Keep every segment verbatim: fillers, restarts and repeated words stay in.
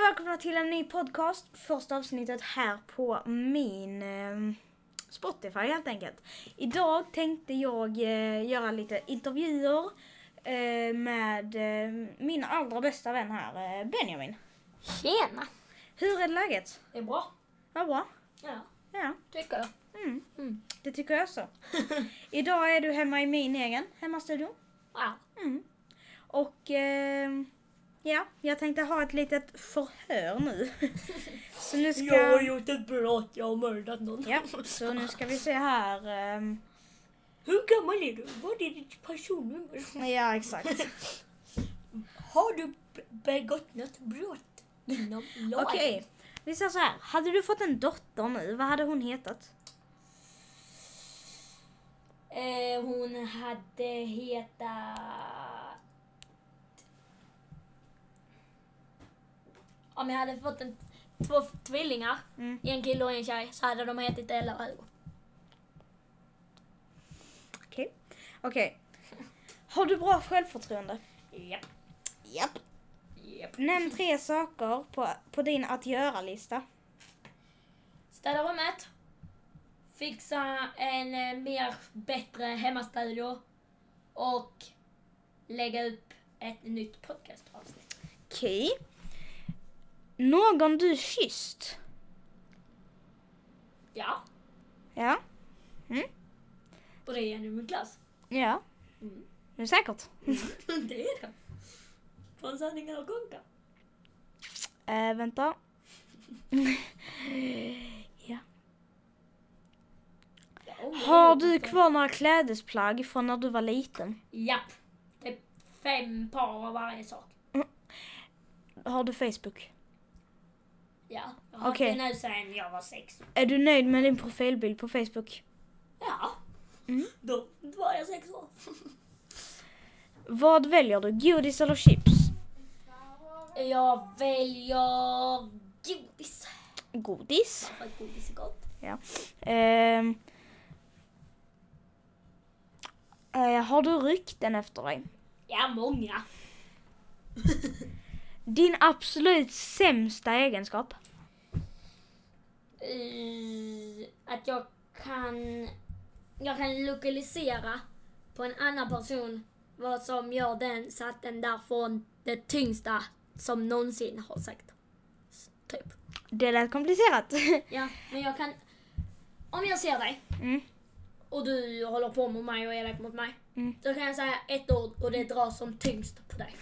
välkomna till en ny podcast. Första avsnittet här på min eh, Spotify helt enkelt. Idag tänkte jag eh, göra lite intervjuer eh, med eh, min allra bästa vän här, eh, Benjamin. Tjena! Hur är läget? Det är bra. Ja, bra. Ja, Ja, tycker jag. mm. Mm. Det tycker jag så. Idag är du hemma i min egen hemmastudio. Ja. Mm. Och eh, ja, jag tänkte ha ett litet förhör nu. Så nu ska... Jag har gjort ett brott, jag har mördat någon. Ja, så nu ska vi se här. ehm, Hur gammal är du? Vad är ditt personnummer? Ja, exakt. Har du b- begått något brott inom lagen? Okej, vi säger så här. Hade du fått en dotter nu, vad hade hon hetat? Eh, hon hade hetat... Om jag hade fått en, två tvillingar, Mm. en kille och en tjej, så hade de hetat Ella och Helgo. Okej. Okej. Har du bra självförtroende? Japp. Japp. Japp. Nämn tre saker på, på din att göra-lista. Städa rummet. Fixa en eh, mer bättre hemmastudio. Och lägga upp ett nytt podcastavsnitt. Okej. Någon du kysst? Ja, Ja. och det är en i min klass. Ja. Mm. Det är säkert. Det är det. Från sanningen och konka. Äh, vänta. Ja. Har du kvar några klädesplagg från när du var liten? Japp. Det är fem par av varje sak. Har du Facebook? Ja, jag har Okej. det nu sedan jag var sex. Är du nöjd med din profilbild på Facebook? Ja, Mm. då var jag sex år. Vad väljer du? Godis eller chips? Jag väljer godis. Godis. För att godis är gott. Ehm. Eh, har du rykten efter dig? Ja, många. Din absolut sämsta egenskap? Uh, att jag kan jag kan lokalisera på en annan person vad som gör den så att den där får det tyngsta som någonsin har sagt. S- Typ. Det lät komplicerat. Ja, men jag kan... Om jag ser dig Mm. och du håller på mot mig och är elak mot mig, Mm. då kan jag säga ett ord och det drar som tyngst på dig.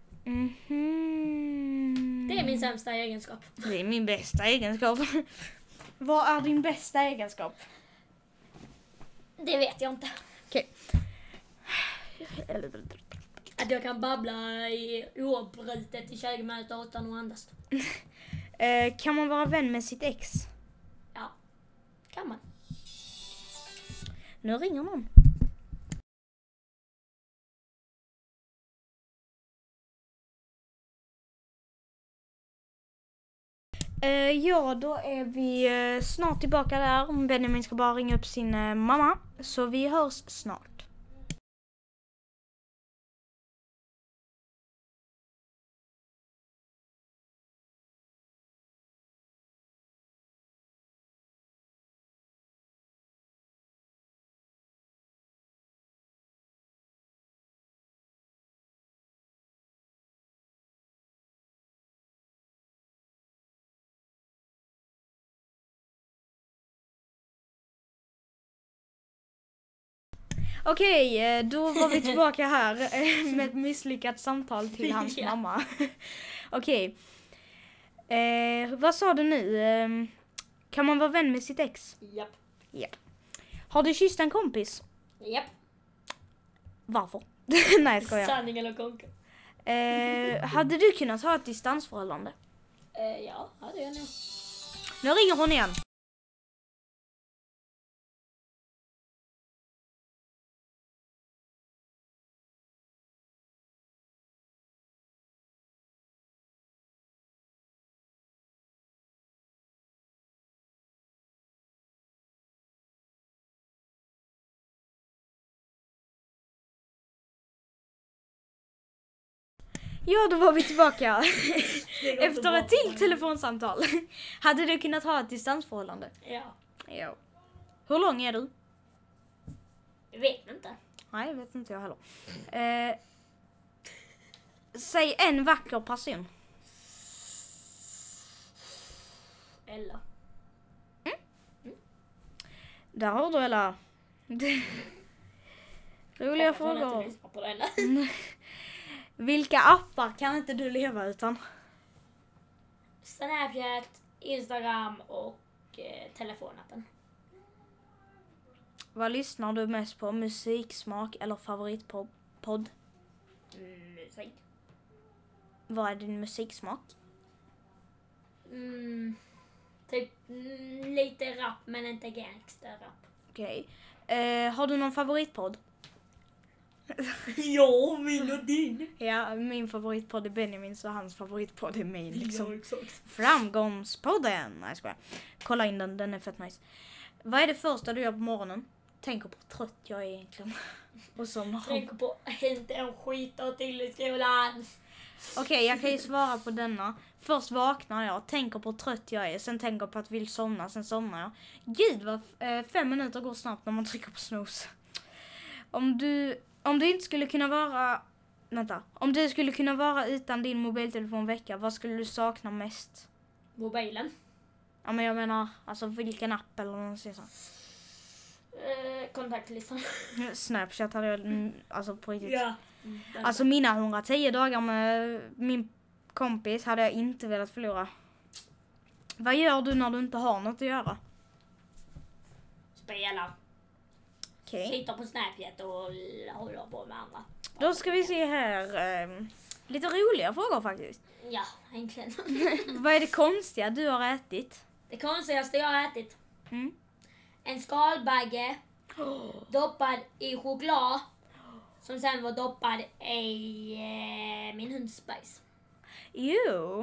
Mhm. Det är min sämsta egenskap. Det är min bästa egenskap. Vad är din bästa egenskap? Det vet jag inte. Okej. Att jag kan babbla i oavbrutet i tjugo minuter utan att andas. Eh, kan man vara vän med sitt ex? Ja, kan man. Nu ringer någon. Eh, ja, då är vi eh, snart tillbaka där. Benjamin ska bara ringa upp sin eh, mamma. Så vi hörs snart. Okej, eh, då var vi tillbaka här eh, med ett misslyckat samtal till hans Ja. mamma. Okej. Eh, vad sa du nu? Eh, kan man vara vän med sitt ex? Japp. Har du kysst en kompis? Japp. Varför? Nej, jag skojar. Sanning eller konka? Eh, hade du kunnat ha ett distansförhållande? Eh, ja, ja, det är jag nog. Nu ringer hon igen. Ja, då var vi tillbaka. Det går Efter ett tillbaka. till telefonsamtal. Hade du kunnat ha ett distansförhållande? Ja. Ja. Hur lång är du? Jag vet inte. Nej, jag vet inte jag heller. Eh, säg en vacker person. Eller. Där har du alla. Roliga Jag får inte frågor. lyssna på den. Vilka appar kan inte du leva utan? Snapchat, Instagram och eh, telefonappen. Vad lyssnar du mest på? Musiksmak eller favoritpodd? Mm, musik. Vad är din musiksmak? Mm, typ mm, lite rap men inte gangsterrap. Okej. Eh, har du någon favoritpodd? Ja, min och din. Ja, min favoritpodd är Benjamins och hans favoritpodd är min. Liksom. exakt. Framgångspodden! Nej, jag skojar. Kolla in den, den är fett nice. Vad är det första du gör på morgonen? Tänker på hur trött jag är egentligen. Och somnar. Tänk på inte en skit och till i skolan. Okej, jag kan ju svara på denna. Först vaknar jag, tänker på hur trött jag är, sen tänker på att vill somna, sen somnar jag. Gud vad eh, fem minuter går snabbt när man trycker på snooze. Om du, om du inte skulle kunna vara, vänta, om du skulle kunna vara utan din mobiltelefon en vecka, vad skulle du sakna mest? Mobilen. Ja, men jag menar, alltså vilken app eller någonting sånt. Eh, kontaktlistan. Snapchat hade jag, mm, alltså på riktigt. Ja. Alltså mina hundratio dagar med min kompis hade jag inte velat förlora. Vad gör du när du inte har något att göra? Spelar. Okej. Sitter på Snapchat och håller på med andra. Då ska vi se här. Eh, lite roliga frågor faktiskt. Ja, egentligen. Vad är det konstiga du har ätit? Det konstigaste jag har ätit. Mm. En skalbagge doppad i choklad som sen var doppad i eh, min hunds bajs. Jo.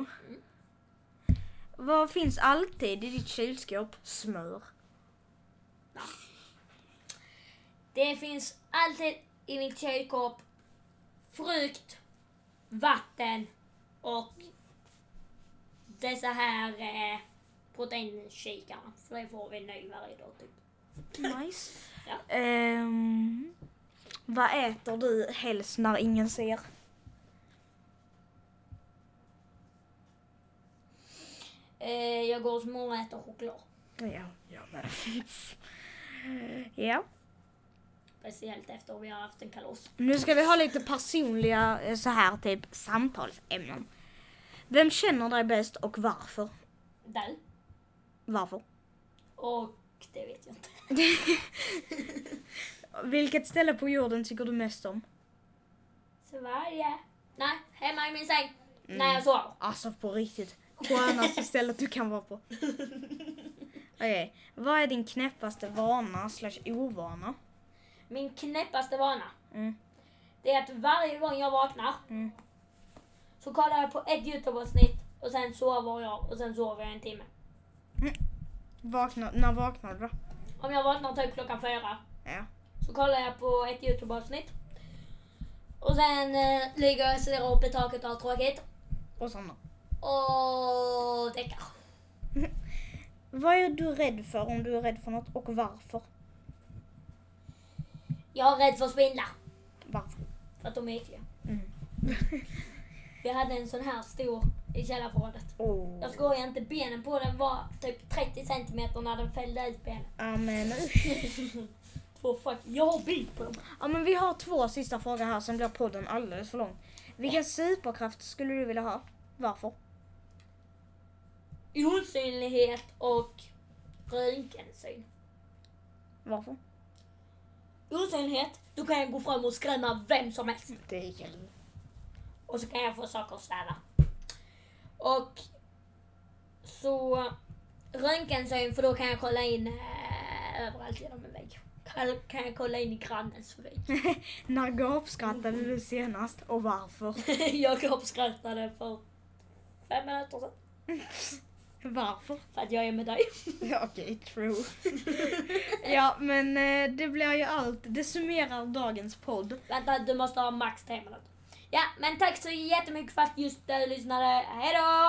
Vad finns alltid i ditt kylskåp? Smör. Det finns alltid i mitt kylskåp frukt, vatten och dessa här eh, proteinkikarna. För det får vi ny varje dag typ. Nice. Ja. Ehm, vad äter du helst när ingen ser? Eh, jag går som många äter choklad. Ja, ja men. Ja. Speciellt efter vi har haft en kalas. Nu ska vi ha lite personliga eh, så här typ samtalsämnen. Vem känner dig bäst och varför? Där. Varför? Och det vet jag inte. Vilket ställe på jorden tycker du mest om? Sverige. Nej, hemma i min säng. Mm. När jag sover. Alltså på riktigt. Skönaste stället du kan vara på. Okej. Vad är din knäppaste vana slash ovana? Min knäppaste vana. Mm. Det är att varje gång jag vaknar Mm. så kollar jag på ett YouTube-avsnitt och sen sover jag och sen sover jag en timme. Vakna, när vaknar du då? Om jag vaknar typ klockan fyra Ja. så kollar jag på ett YouTube-avsnitt. Och sen eh, ligger jag och ser upp i taket och har tråkigt. Och sådana. Och däckar. Vad är du rädd för om du är rädd för något och varför? Jag är rädd för spindlar. Varför? För att de är äckliga. Mm. Vi hade en sån här stor i källarförrådet. Oh. Jag skojar inte, benen på den var typ trettio centimeter när den fällde ut benen. Amen. Två fuck, jag har bild på dem. Ja, men vi har två sista frågor här, sen blir podden alldeles för lång. Vilken superkraft skulle du vilja ha? Varför? Osynlighet och röntgensyn. Varför? Osynlighet, då kan jag gå fram och skrämma vem som helst. Det är kul. Och så kan jag få saker att ställa. Och så röntgensyn, för då kan jag kolla in äh, överallt genom en vägg. Kan, kan jag kolla in i grannens vägg. När gapskrattade du senast och varför? Jag gapskrattade för fem minuter sedan. Varför? För att jag är med dig. Ja, okej, true. Ja, men eh, det blir ju allt. Det summerar dagens podd. Vänta, du måste ha max tre minuter. Ja, men tack så jättemycket för att just du lyssnade. Hej då!